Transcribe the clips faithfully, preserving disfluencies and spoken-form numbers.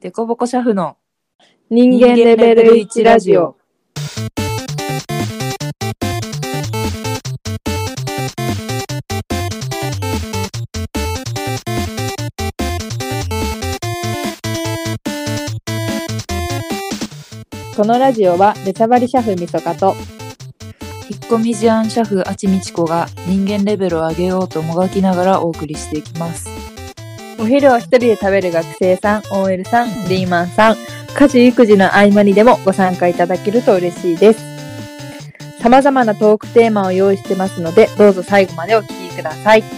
デコボコシャフの人間レベルいちラジオ。このラジオは出しゃばりシャフみそかと引っ込み思案シャフあちみちこが人間レベルを上げようともがきながらお送りしていきます。 お昼を一人で食べる学生さん、オーエル さん、リーマンさん、家事育児の合間にでもご参加いただけると嬉しいです。様々なトークテーマを用意してますので、どうぞ最後までお聞きください。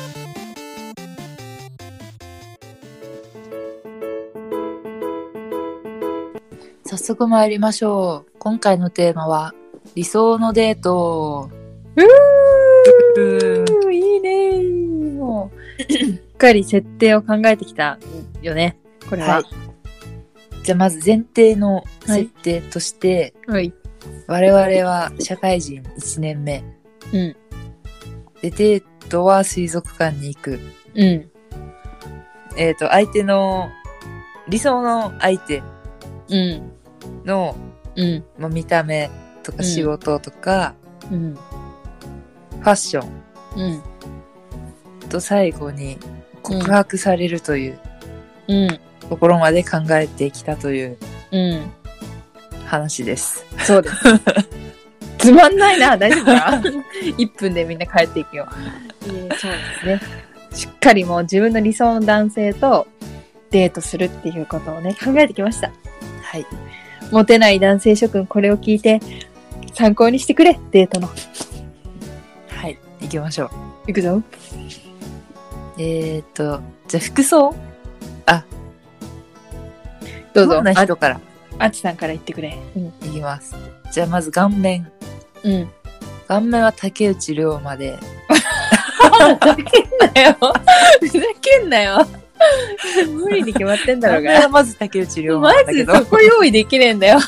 早速参りましょう。今回のテーマは理想のデート。 うーいいねー。もうしっかり設定を考えてきたよね、これは。はい、 じゃあまず前提の設定として、 はい、 我々は社会人いちねんめ。 うん。 で、デートは水族館に行く。 うん。 えっと、相手の、理想の相手の、 うん。 まあ、見た目とか仕事とか、 うん。 ファッション。 うん。 と最後に告白されるという、 うん。 ところまで考えてきたといううん。 話です。 そうです。つまんないな、大丈夫かいっぷんでみんな帰っていくよ。えー、そうですね。しっかりもう自分の理想の男性とデートするっていうことをね、考えてきました。 はい。 モテない男性諸君、これを聞いて参考にしてくれ、デートの。 はい、行きましょう。 行くぞ。 えーと、じゃあ服装？あ、 どうぞ。 どんな人から？ あちさんから言ってくれ。 うん。いきます。じゃあまず顔面。 うん。 顔面は竹内涼真で。 ふざけんなよ。ふざけんなよ。無理に決まってんだろうが。 顔面はまず竹内涼真だけど。 まずそこ用意できねえんだよ。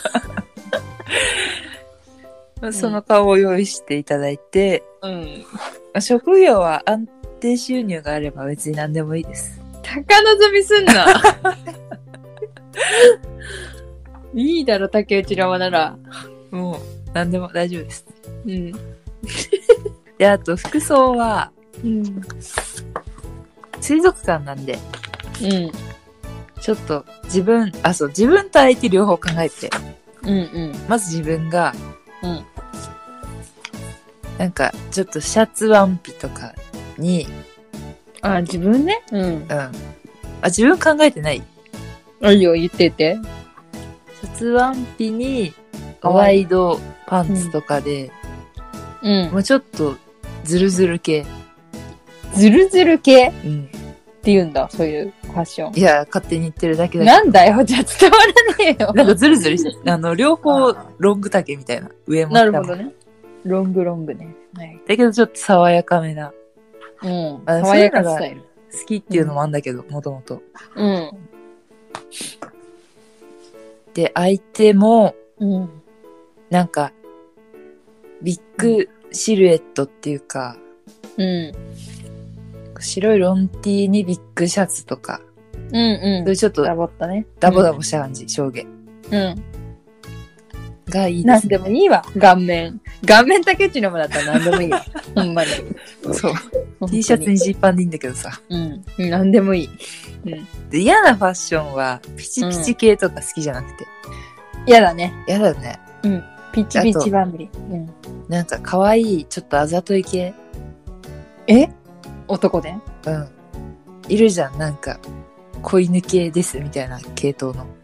その顔を用意していただいて、 うん。 職業は安定収入があれば別に何でもいいです。 高望みすんな。いいだろ、竹内涼真なら。 もう何でも大丈夫です。 うん。 で、あと服装は、 うん、 水族館なんで、 うん。 ちょっと自分、あ、そう、自分と相手両方考えて、 うんうん。 まず自分が、 うん。 なんか、ちょっとシャツワンピとかに、 あ、自分ね。うん。うん。 あ、自分考えてない？ あ、いいよ、言ってて。 シャツワンピに、ワイドパンツとかで、 うん。 もうちょっと、ズルズル系。 ズルズル系？ うん。 って言うんだ、そういうファッション。 いや、勝手に言ってるだけだけど。なんだよ、じゃあ伝わらねえよ。 なんかズルズルして、あの、両方ロング丈みたいな。上も下も。 なるほどね。ロングロングね。はい。 だけどちょっと爽やかめな。 うん。爽やかスタイル。 好きっていうのもあんだけど、もともと。 うん。 で、相手も、 うん。 なんか、ビッグシルエットっていうか、 うん。 白いロンティーにビッグシャツとか。 うんうん。 それちょっと、 ダボったね。 ダボダボした感じ、上下。 うん。 がいいですね。 なんでもいいわ、顔面。顔面竹内のもだったら何でもいいわ。ほんまに。 そう。T シャツにジーパンでいいんだけどさ。 うん。何でもいい。うん。 で、嫌なファッションは、ピチピチ系とか好きじゃなくて。 嫌、うん、だね。 嫌だね。 うん。ピチピチバンブリ。うん。 なんか可愛い、ちょっとあざとい系。 え？男で？ うん。いるじゃん、なんか、子犬系ですみたいな系統の。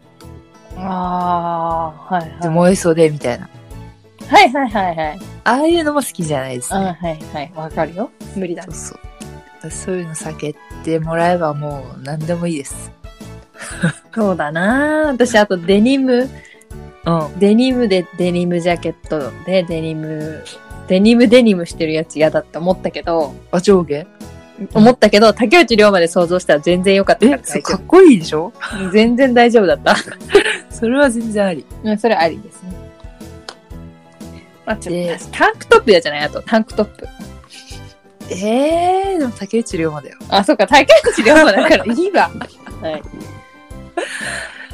ああ、はいはい。 で、燃え袖みたいな。 はいはいはいはい。 ああいうのも好きじゃないですね。 あ、はいはい。わかるよ。無理だ、ね。 そうそう。そういうの避けてもらえばもう何でもいいです。 そうだな。私、あとデニム。 うん。 デニムでデニムジャケットでデニム、デニムデニムしてるやつ嫌だって思ったけど。 あ、上下？ 思ったけど、竹内涼真で想像したら全然良かったから大丈夫。 え、かっこいいでしょ？ 全然大丈夫だった。 それは全然あり。 うん、それありですね。あ、ちょっと、タンクトップ嫌じゃない？あと、タンクトップ。 えー、でも竹内涼真だよ。 あ、そっか、竹内涼真だからいいわ。はい。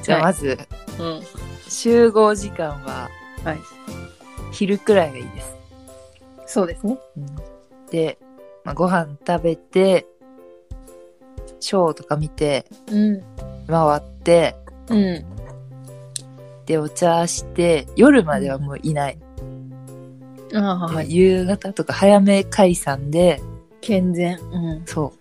じゃあまず、 うん。 集合時間ははい。 昼くらいがいいです。 そうですね。 うん、で、まあ、ご飯食べて、ショーとか見て、 うん。 回って、 うん。 で、お茶して、夜まではもういない。 ああ、はい。 夕方とか早め解散で、 健全。うん。 そう。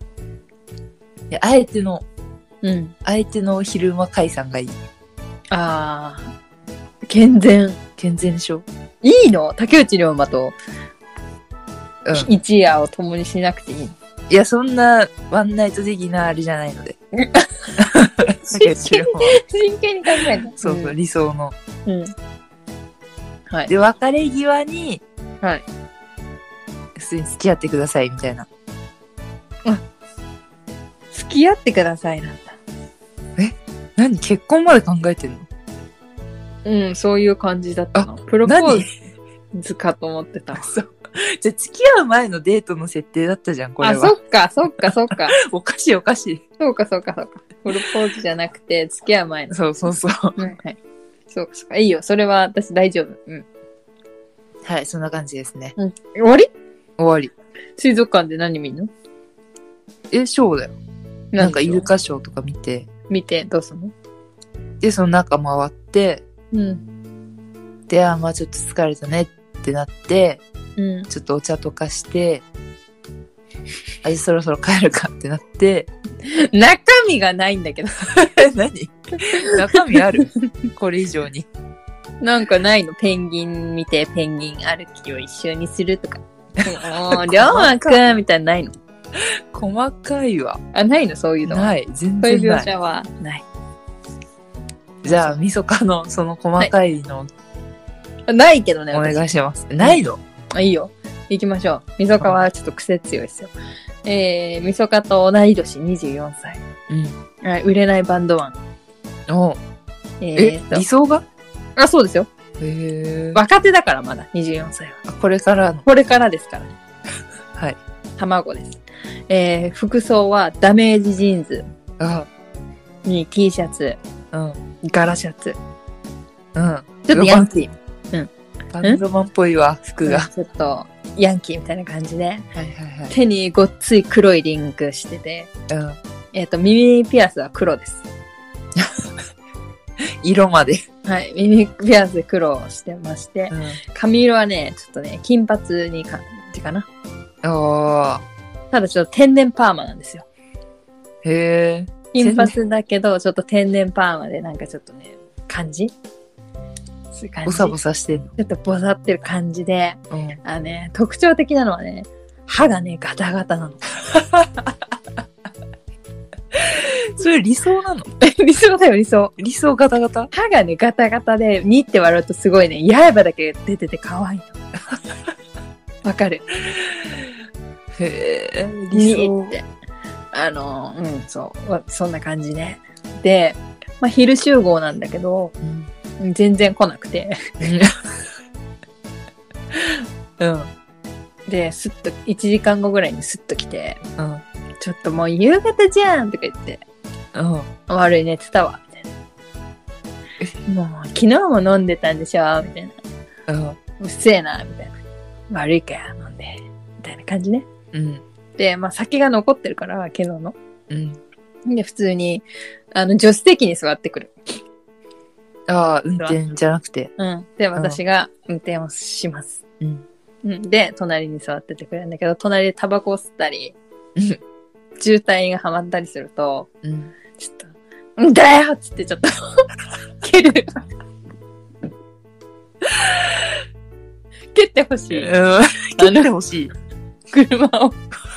で、あえての、 うん。 あえての昼間解散がいい。 ああ。健全。 健全でしょ？ いいの？竹内涼真と、 うん。 一夜を共にしなくていいの？ いや、そんなワンナイト的なあれじゃないので。 真剣に、真剣に考えた。 そうそう、うん、理想の。 うん。はい。 で、別れ際に、 はい。 普通に付き合ってくださいみたいな。 あ、付き合ってくださいなんだ。 え？何？結婚まで考えてんの？ うん、そういう感じだったの。プロポーズかと思ってた。 そう。じゃあ付き合う前のデートの設定だったじゃん、これは。 あ、そっか、そっか、そっか。 おかしいおかしい。 そうか、そうか、そうか。プロポーズじゃなくて、付き合う前の。 そうそうそう。 はいはい。そうか、そうか。いいよ。それは私大丈夫。うん。 はい、そんな感じですね。 うん。終わり？ 終わり。 水族館で何見んの？ え、ショーだよ。なんかイルカショーとか見て。 見て、どうすんの？ で、その中回って、 うん。 で、あ、まあちょっと疲れたねってなって、 うん。 ちょっとお茶とかして、あ、そろそろ帰るかってなって、 中身がないんだけど。 何？中身ある？これ以上に。 なんかないの？ペンギン見て、ペンギン歩きを一緒にするとか。もう、りょうまくんみたいなのないの？ 細かいわ。 あ、ないの？そういうのは。 ない。全然ない。 そういう描写はない。 じゃあ、みそかのその細かいの、 はい、ないけどね。 お願いします。ないの？ あ、いいよ。行きましょう。みそかはちょっと癖強いですよ。えー、みそかと同い年にじゅうよんさい。うん。はい、売れないバンドマン。 おえー、え、理想が？ あ、そうですよ。 へー。 若手だからまだ、にじゅうよんさいは。 あ、これからの。 これからですからね。 はい。 卵です。えー、服装はダメージジーンズ。 あに T シャツ。 うん。 柄シャツ。 うん。 ちょっとヤンキー。うん。 バンドマンっぽいわ、服が。 ちょっと、ヤンキーみたいな感じで。はいはいはい。 手にごっつい黒いリングしてて。うん。えっと、耳ピアスは黒です。 色まで。はい。 耳ピアス黒をしてまして。うん、髪色はね、ちょっとね、金髪に感じかな。おー。ただちょっと天然パーマなんですよ。へー。金髪だけど、ちょっと天然パーマでなんかちょっとね、感じそういう感じ。 ボサボサしてんの？ ちょっとボサってる感じで、うん、あのね、特徴的なのはね、歯がね、ガタガタなの。 それ理想なの？ 理想だよ、理想。 理想ガタガタ？ 歯がね、ガタガタで、にって割るとすごいね、刃だけ出てて可愛いの。わかる？ へぇー、理想。 って。あの、うん、そう。そんな感じね。で、まあ、昼集合なんだけど、うん、全然来なくて。うん。で、すっと、いちじかんごぐらいにすっと来て、うん、ちょっともう夕方じゃんとか言って、うん、悪い寝てたわ、みたいな。もう、昨日も飲んでたんでしょみたいな。うん。うっせえな、みたいな。悪いかよ、飲んで。みたいな感じね。うん。で、まあ、酒が残ってるから、昨日の。うん。で、普通に、あの、助手席に座ってくる。 ああ、運転じゃなくて。 うん。で、私が運転をします。うん。うん。で、隣に座っててくれるんだけど、隣でタバコを吸ったり、うん。渋滞がはまったりすると、うん。ちょっと、んだよっつってちょっと、蹴る。蹴ってほしい。うん。蹴ってほしい。車を。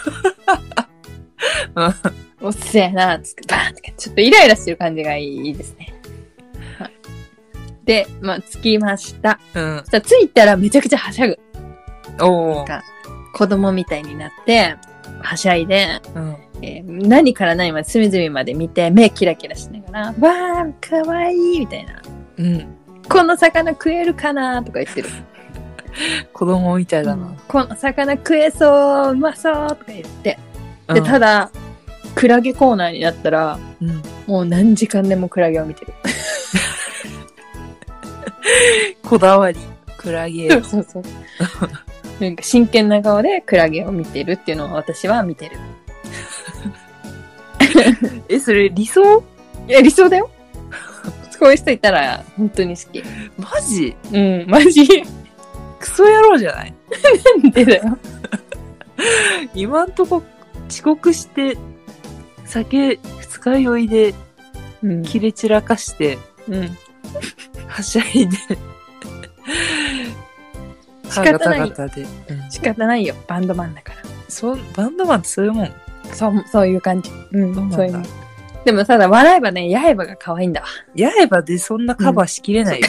おっせえな、つってバーンって、ちょっとイライラしてる感じがいいですね。はい、で、まあ、着きました。うん。そしたら着いたらめちゃくちゃはしゃぐ。おー。子供みたいになって、はしゃいで、うんえー、何から何まで隅々まで見て、目キラキラしながら、わー、かわいいみたいな。うん。この魚食えるかなとか言ってる。 子供みたいだな、うん。 この魚食えそう、うまそうとか言って。で、うん、ただ、クラゲコーナーになったら、うん、もう何時間でもクラゲを見てる。 こだわり。クラゲ。 そうそうそう。なんか真剣な顔でクラゲを見てるっていうのを私は見てる。 え、それ理想？ いや、理想だよ。こういう人いたら本当に好き。 マジ？ うん、マジ。 クソ野郎じゃない？ なんでだよ。 今んとこ遅刻して酒二日酔いでうん。 切れ散らかしてうん。 はしゃいで仕方ない歯ガタガタで、うん、 仕方ないよ。バンドマンだから。 そうバンドマンってそういうもん。 そう、そういう感じ。うん、 そうなんだそういうの。でもただ笑えばね、刃が可愛いんだわ。 刃でそんなカバーしきれないよ。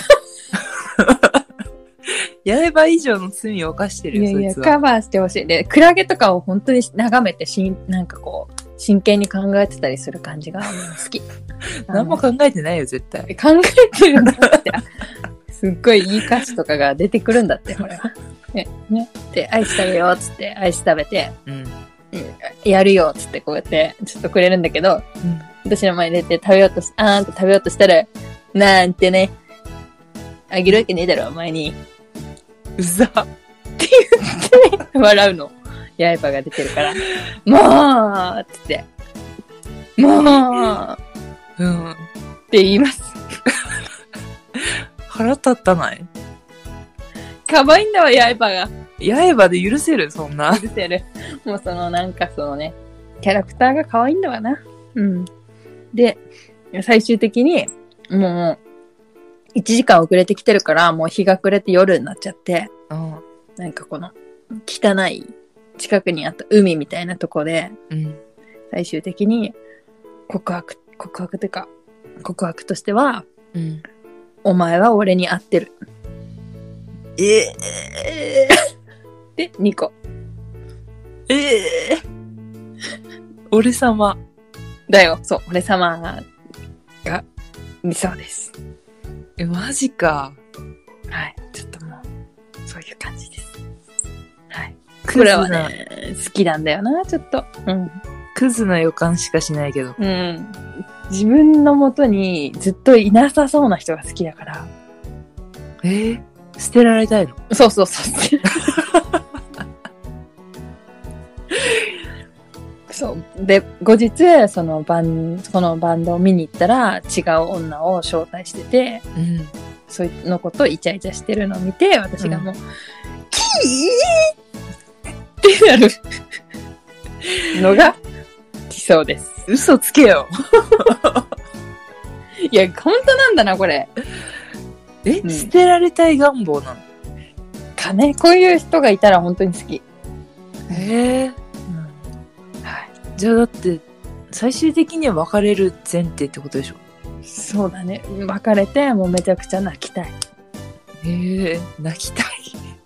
刃以上の罪を犯してるよ、 いやいや、 そいつは。 カバーしてほしい。で、クラゲとかを本当に眺めてしん、なんかこう、真剣に考えてたりする感じが好き。 何も考えてないよ、絶対。 考えてるんだって。すっごいいい歌詞とかが出てくるんだって、これは。ね、ね。で、アイス食べようっつって、アイス食べて、 うん。 うんやるよっつってこうやって、ちょっとくれるんだけど、 うん私の前に出て食べようとし、あーんと食べようとしたら、なんてね、あげるわけねえだろ、お前に。 うざ。 って言って、笑うの。刃が出てるから。もうって言って。もううん。 って言います。 腹立ったない。 可愛いんだわ、刃が。 刃で許せるそんな。 許せる。もうそのなんかそのね、キャラクターが可愛いんだわな。うん。で、最終的に、もう、いちじかん遅れてきてるから、もう日が暮れて夜になっちゃって、 うん。 なんかこの、汚い、近くにあった海みたいなとこで、 うん。 最終的に、告白、告白ってか、告白としては、 うん。 お前は俺に合ってる。 ええで、にこ。 ー、ええー、俺様。 だよ、そう、俺様が理想です。 え、マジか。 はい。ちょっともう、そういう感じです。はい。 クズなこれはね、好きなんだよな、ちょっと。うん。 クズな予感しかしないけど。 うん。自分のもとにずっといなさそうな人が好きだから。 えー、捨てられたいの？ そうそうそう。そう。で、後日、そのバン、そのバンドを見に行ったら、違う女を招待してて、 うん。 そいつのことイチャイチャしてるのを見て、私がもう、 うんキーってなるのが理想です。 嘘つけよ。 いや、本当なんだな、これ。 え、 うん捨てられたい願望なの？ かね。こういう人がいたら本当に好き。 ええー、 はい。 じゃあだって最終的には別れる前提ってことでしょ？ そうだね。別れて、もうめちゃくちゃ泣きたい。 ええー、泣きたい。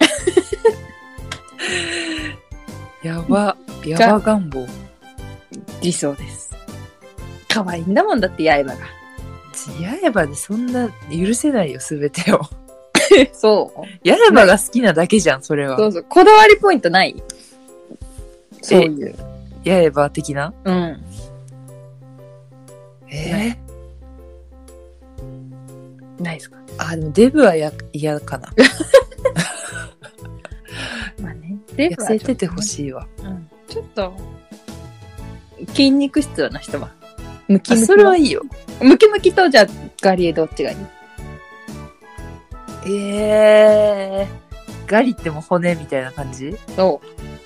やば、やば願望。 理想です。可愛いんだもんだって、刃が。 刃でそんな許せないよ、すべてを。 そう。 刃が好きなだけじゃん、それは。 そうそう。こだわりポイントないそういう。 刃的な？ うん。 えー、 ないですか？ あ、でもデブはや嫌かな。 まあね。で痩せててほしいわ。 うん。ちょっと、筋肉質な人は。ムキあ、 ムキ。 それはいいよ。 ムキムキとじゃあ、ガリエどっちがいい？ えー、ガリっても骨みたいな感じ？ そ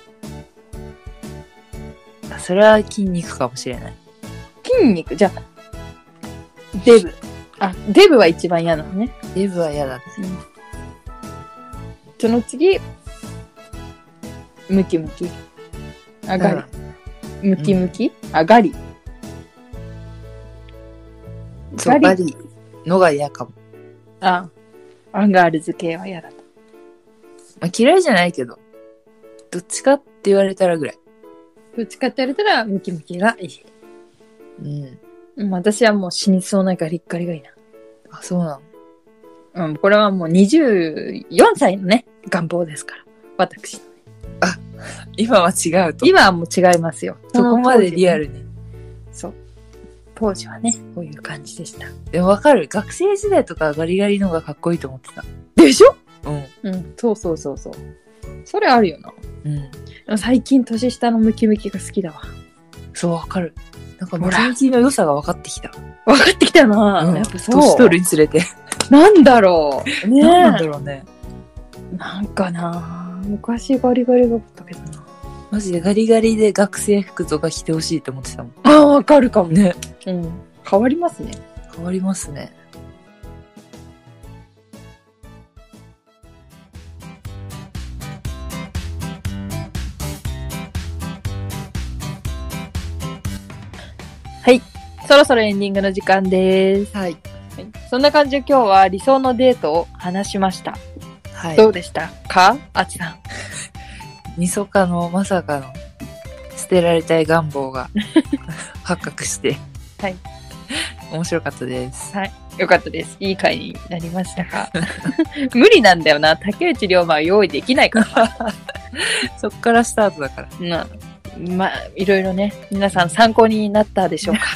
あ、それは筋肉かもしれない。 う。筋肉、じゃあ、デブ。あ、デブは一番嫌なのね。 デブは嫌だね。 その次、ムキムキ。あ、ガリ。ムキムキ、あ、ガリ。 そう、ガリのが嫌かも。 あ、アンガールズ系は嫌だと。 まあ、嫌いじゃないけど、どっちかって言われたらぐらい。 どっちかって言われたら、ムキムキがいい。 うん。 うん、私はもう死にそうなガリッガリがいいあ、そうなの？ な。うん、これはもうにじゅうよんさいのね、願望ですから。私。 今は違うと。 今はもう違いますよ。 そこまでリアルに。 そう。 当時はね、こういう感じでした。 でもわかる。学生時代とかガリガリのがかっこいいと思ってた。 でしょ？ うん。 うん。そうそうそうそう。それあるよな。 うん。 でも最近年下のムキムキが好きだわ。 そう、わかる。なんかムキムキの良さが分かってきた。 分かってきたな、うん、やっぱそう。 年取るにつれて。 なんだろう。ねえ。 なんだろうね。 なんかな、昔ガリガリだったけどな。 マジでガリガリで学生服とか着てほしいって思ってたもん。 ああ、わかるかもね。 うん。変わりますね。 変わりますね。 はい。そろそろエンディングの時間です。 はい。 はい、そんな感じで今日は理想のデートを話しました。はい。どうでしたか？あちさん。 みそかのまさかの捨てられたい願望が発覚して。はい。面白かったです。 はい。よかったです。いい回になりましたか？無理なんだよな。竹内涼真は用意できないから。 そっからスタートだから。 うん。まあ、いろいろね、皆さん参考になったでしょうか？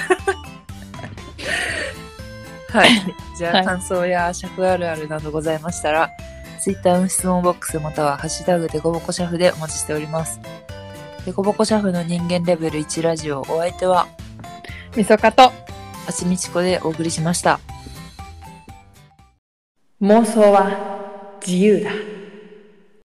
はい。じゃあ、はい、感想や尺あるあるなどございましたら、ツイッターの質問ボックスまたはハッシュタグデコボコシャフでお待ちしております。デコボコシャフの人間レベルいちラジオ、お相手は、 みそかと、 あちみちこでお送りしました。 妄想は自由だ。